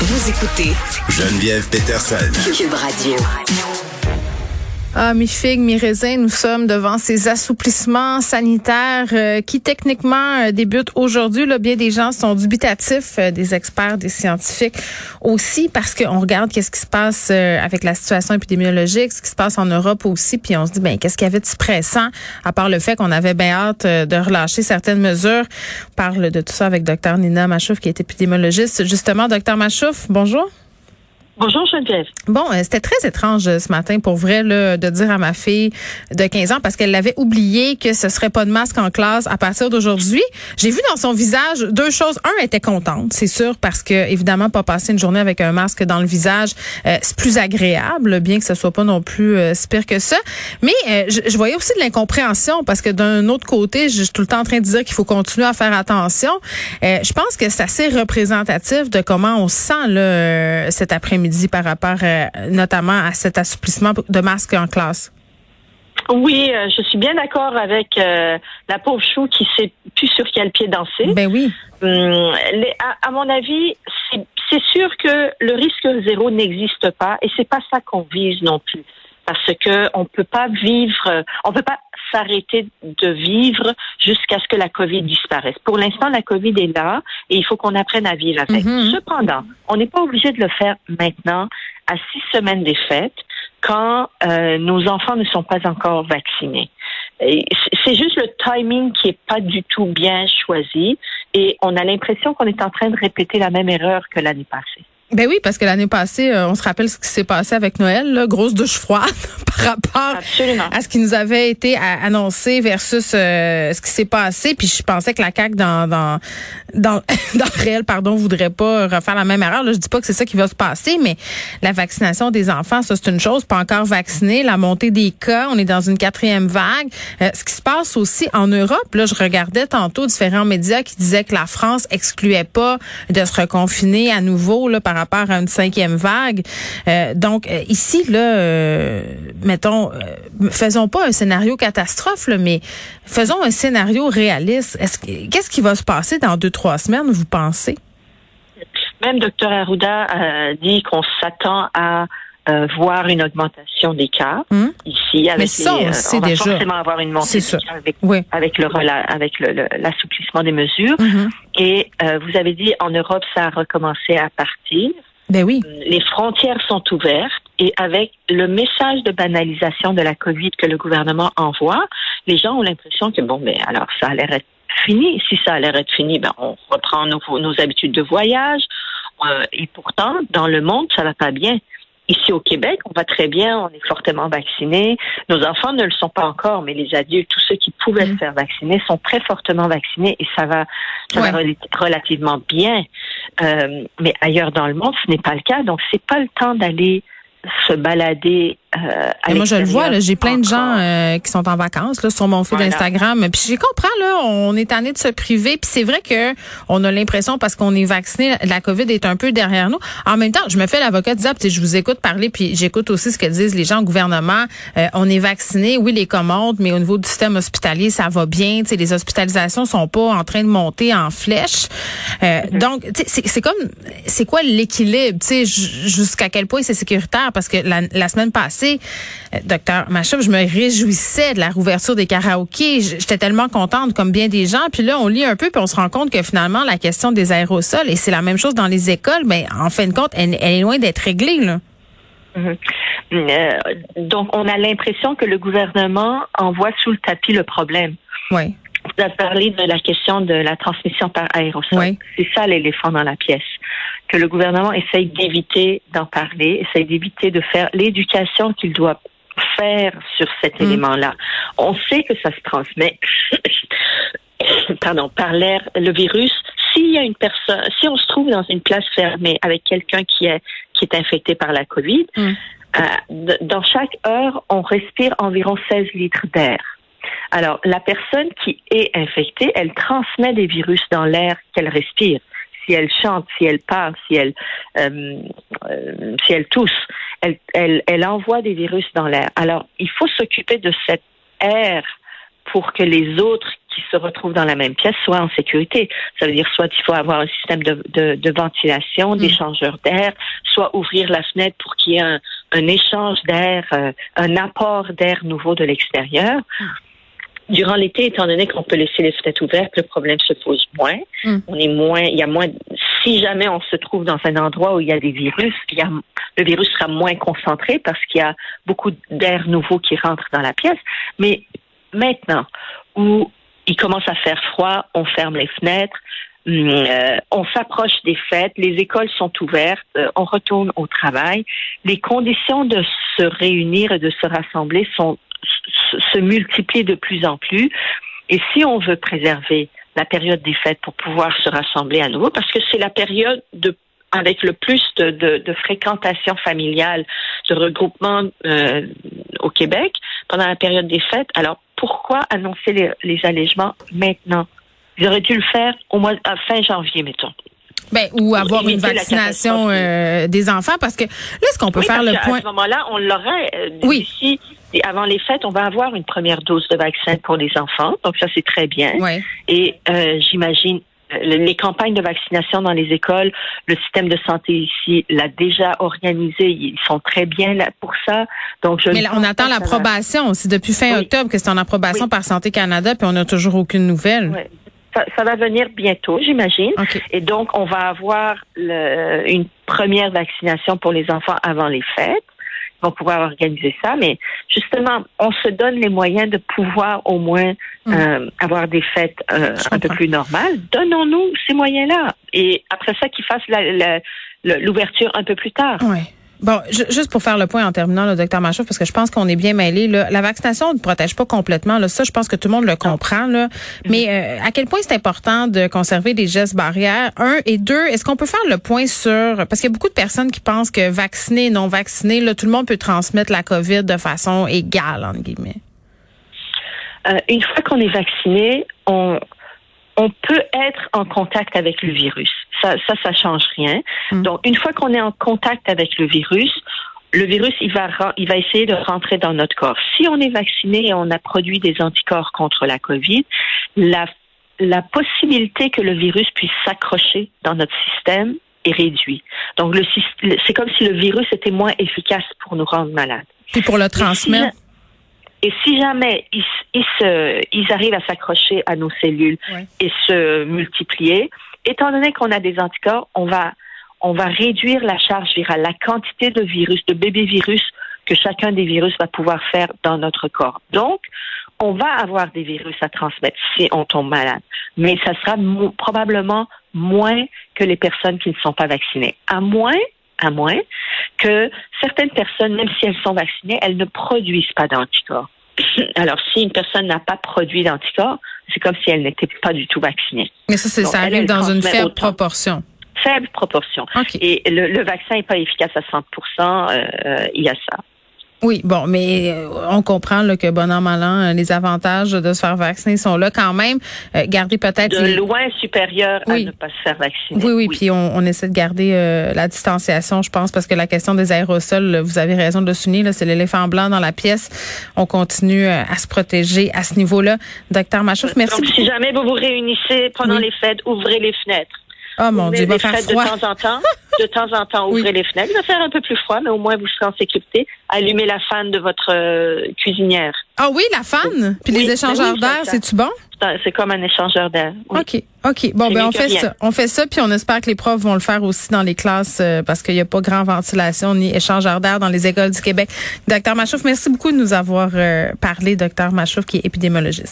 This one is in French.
Vous écoutez Geneviève Peterson. Cube Radio. Ah, mi-figue, mi-raisin, nous sommes devant ces assouplissements sanitaires qui techniquement débutent aujourd'hui. Là, bien des gens sont dubitatifs, des experts, des scientifiques aussi, parce qu'on regarde qu'est-ce qui se passe avec la situation épidémiologique, ce qui se passe en Europe aussi, puis on se dit, qu'est-ce qu'il y avait de si pressant, à part le fait qu'on avait bien hâte de relâcher certaines mesures. On parle de tout ça avec Dr Nina Machouf, qui est épidémiologiste. Justement, Dr Machouf, bonjour. Bonjour Geneviève. Bon, c'était très étrange ce matin, pour vrai, là, de dire à ma fille de 15 ans, parce qu'elle l'avait oublié, que ce serait pas de masque en classe à partir d'aujourd'hui. J'ai vu dans son visage deux choses. Un, elle était contente, c'est sûr, parce que évidemment, pas passer une journée avec un masque dans le visage, c'est plus agréable, bien que ce soit pas non plus si pire que ça. Mais je voyais aussi de l'incompréhension, parce que d'un autre côté, je suis tout le temps en train de dire qu'il faut continuer à faire attention. Je pense que c'est assez représentatif de comment on se sent là, cet après-midi par rapport notamment à cet assouplissement de masques en classe. Oui, je suis bien d'accord avec la pauvre chou qui sait plus sur quel pied danser. Ben oui. À mon avis, c'est sûr que le risque zéro n'existe pas et c'est pas ça qu'on vise non plus. Parce que on peut pas s'arrêter de vivre jusqu'à ce que la COVID disparaisse. Pour l'instant, la COVID est là et il faut qu'on apprenne à vivre avec. Cependant, on n'est pas obligé de le faire maintenant, à 6 semaines des fêtes, quand nos enfants ne sont pas encore vaccinés. Et c'est juste le timing qui est pas du tout bien choisi et on a l'impression qu'on est en train de répéter la même erreur que l'année passée. Ben oui, parce que l'année passée, on se rappelle ce qui s'est passé avec Noël, là, grosse douche froide par rapport Absolument. à ce qui nous avait été annoncé versus ce qui s'est passé. Puis je pensais que la CAQ dans le réel, voudrait pas refaire la même erreur. Là, je dis pas que c'est ça qui va se passer, mais la vaccination des enfants, ça c'est une chose. Pas encore vaccinés, la montée des cas, on est dans une 4e vague. Ce qui se passe aussi en Europe, là, je regardais tantôt différents médias qui disaient que la France excluait pas de se reconfiner à nouveau là par rapport à une 5e vague. Donc, ici, là, faisons pas un scénario catastrophe, là, mais faisons un scénario réaliste. Qu'est-ce qui va se passer dans 2-3 semaines, vous pensez? Même Dr Arruda a dit qu'on s'attend à voir une augmentation des cas ici. Avec on va déjà forcément avoir une montée des cas avec l'assouplissement des mesures. Et vous avez dit en Europe, ça a recommencé à partir. Ben oui. Les frontières sont ouvertes et avec le message de banalisation de la COVID que le gouvernement envoie, les gens ont l'impression que alors ça a l'air être fini. Si ça a l'air être fini, on reprend nos habitudes de voyage. Et pourtant, dans le monde, ça va pas bien. Ici au Québec, on va très bien, on est fortement vaccinés. Nos enfants ne le sont pas encore, mais les adultes, tous ceux qui pouvaient se faire vacciner, sont très fortement vaccinés et ça va relativement bien. Mais ailleurs dans le monde, ce n'est pas le cas. Donc, c'est pas le temps d'aller se balader et moi je le vois là, j'ai plein de gens qui sont en vacances là sur mon fil d'Instagram, puis je comprends là, on est tanné de se priver, puis c'est vrai que on a l'impression parce qu'on est vacciné, la COVID est un peu derrière nous. En même temps, je me fais l'avocat disant, je vous écoute parler, puis j'écoute aussi ce que disent les gens au gouvernement. On est vacciné, oui les cas montent, mais au niveau du système hospitalier ça va bien, les hospitalisations sont pas en train de monter en flèche. Donc c'est comme, c'est quoi l'équilibre, jusqu'à quel point c'est sécuritaire, parce que la semaine passée, Docteur Machouf, je me réjouissais de la rouverture des karaokés. J'étais tellement contente, comme bien des gens. Puis là, on lit un peu, puis on se rend compte que finalement, la question des aérosols, et c'est la même chose dans les écoles, mais en fin de compte, elle est loin d'être réglée, là. Donc, on a l'impression que le gouvernement envoie sous le tapis le problème. Oui. Vous avez parlé de la question de la transmission par aérosol. Oui. C'est ça l'éléphant dans la pièce. Que le gouvernement essaye d'éviter d'en parler, essaye d'éviter de faire l'éducation qu'il doit faire sur cet élément-là. On sait que ça se transmet par l'air, le virus. S'il y a une personne, si on se trouve dans une place fermée avec quelqu'un qui est infecté par la COVID, dans chaque heure, on respire environ 16 litres d'air. Alors, la personne qui est infectée, elle transmet des virus dans l'air qu'elle respire. Si elle chante, si elle parle, si elle tousse, elle envoie des virus dans l'air. Alors, il faut s'occuper de cet air pour que les autres qui se retrouvent dans la même pièce soient en sécurité. Ça veut dire soit il faut avoir un système de ventilation, d'échangeur d'air, soit ouvrir la fenêtre pour qu'il y ait un échange d'air, un apport d'air nouveau de l'extérieur. Durant l'été, étant donné qu'on peut laisser les fenêtres ouvertes, le problème se pose moins. Il y a moins. Si jamais on se trouve dans un endroit où il y a des virus, le virus sera moins concentré parce qu'il y a beaucoup d'air nouveau qui rentre dans la pièce. Mais maintenant, où il commence à faire froid, on ferme les fenêtres, on s'approche des fêtes, les écoles sont ouvertes, on retourne au travail. Les conditions de se réunir et de se rassembler se multiplient de plus en plus. Et si on veut préserver la période des fêtes pour pouvoir se rassembler à nouveau, parce que c'est la période avec le plus de fréquentation familiale, de regroupement au Québec pendant la période des fêtes. Alors, pourquoi annoncer les allègements maintenant? Ils auraient dû le faire à fin janvier, mettons. Ou avoir une vaccination des enfants, parce que là, est-ce qu'on peut faire le point? À ce moment-là, on l'aurait. D'ici, avant les fêtes, on va avoir une première dose de vaccin pour les enfants. Donc, ça, c'est très bien. Oui. Et j'imagine, les campagnes de vaccination dans les écoles, le système de santé ici l'a déjà organisé. Ils sont très bien là pour ça. Donc, mais là, on attend l'approbation. C'est depuis fin octobre que c'est en approbation par Santé Canada, puis on n'a toujours aucune nouvelle. Oui. Ça va venir bientôt, j'imagine. Okay. Et donc, on va avoir une première vaccination pour les enfants avant les fêtes. Ils vont pouvoir organiser ça. Mais justement, on se donne les moyens de pouvoir au moins avoir des fêtes un peu plus normales. Donnons-nous ces moyens-là. Et après ça, qu'ils fassent l'ouverture un peu plus tard. Oui. Bon, juste pour faire le point en terminant, le docteur Mashouf, parce que je pense qu'on est bien mêlés. La vaccination ne protège pas complètement. Là, ça, je pense que tout le monde le comprend. Là. Mais à quel point c'est important de conserver des gestes barrières? 1 et 2, est-ce qu'on peut faire le point sur... Parce qu'il y a beaucoup de personnes qui pensent que vaccinés, non vaccinés, là, tout le monde peut transmettre la COVID de façon égale, entre guillemets. Une fois qu'on est vacciné, on peut être en contact avec le virus. Ça change rien. Donc, une fois qu'on est en contact avec le virus, il va essayer de rentrer dans notre corps. Si on est vacciné et on a produit des anticorps contre la COVID, la possibilité que le virus puisse s'accrocher dans notre système est réduite. Donc, c'est comme si le virus était moins efficace pour nous rendre malades. Puis pour le transmettre. Et si jamais ils arrivent à s'accrocher à nos cellules et se multiplier, étant donné qu'on a des anticorps, on va réduire la charge virale, la quantité de virus, de bébés virus que chacun des virus va pouvoir faire dans notre corps. Donc, on va avoir des virus à transmettre si on tombe malade. Mais ça sera probablement moins que les personnes qui ne sont pas vaccinées. À moins que certaines personnes, même si elles sont vaccinées, elles ne produisent pas d'anticorps. Alors, si une personne n'a pas produit d'anticorps, c'est comme si elle n'était pas du tout vaccinée. Mais ça arrive dans une faible proportion. Faible proportion. Okay. Et le vaccin n'est pas efficace à 100%, il y a ça. Oui, bon, mais on comprend là, que bon an, mal an, les avantages de se faire vacciner sont là quand même. Garder peut-être... De loin supérieur à ne pas se faire vacciner. Oui, puis on essaie de garder la distanciation, je pense, parce que la question des aérosols, vous avez raison de le souligner, là, c'est l'éléphant blanc dans la pièce. On continue à se protéger à ce niveau-là. Docteur Mashouf, merci. Donc, si jamais vous vous réunissez pendant les fêtes, ouvrez les fenêtres. Oh mon Dieu, il va faire froid. De temps en temps, ouvrez les fenêtres. Il va faire un peu plus froid, mais au moins vous serez en sécurité. Allumez la fan de votre cuisinière. Ah oui, la fan? Puis les échangeurs d'air, c'est-tu bon? C'est comme un échangeur d'air. Oui. OK. Bon, on fait ça. On fait ça, puis on espère que les profs vont le faire aussi dans les classes parce qu'il n'y a pas grand ventilation ni échangeur d'air dans les écoles du Québec. Docteur Mashouf, merci beaucoup de nous avoir parlé. Docteur Mashouf, qui est épidémiologiste.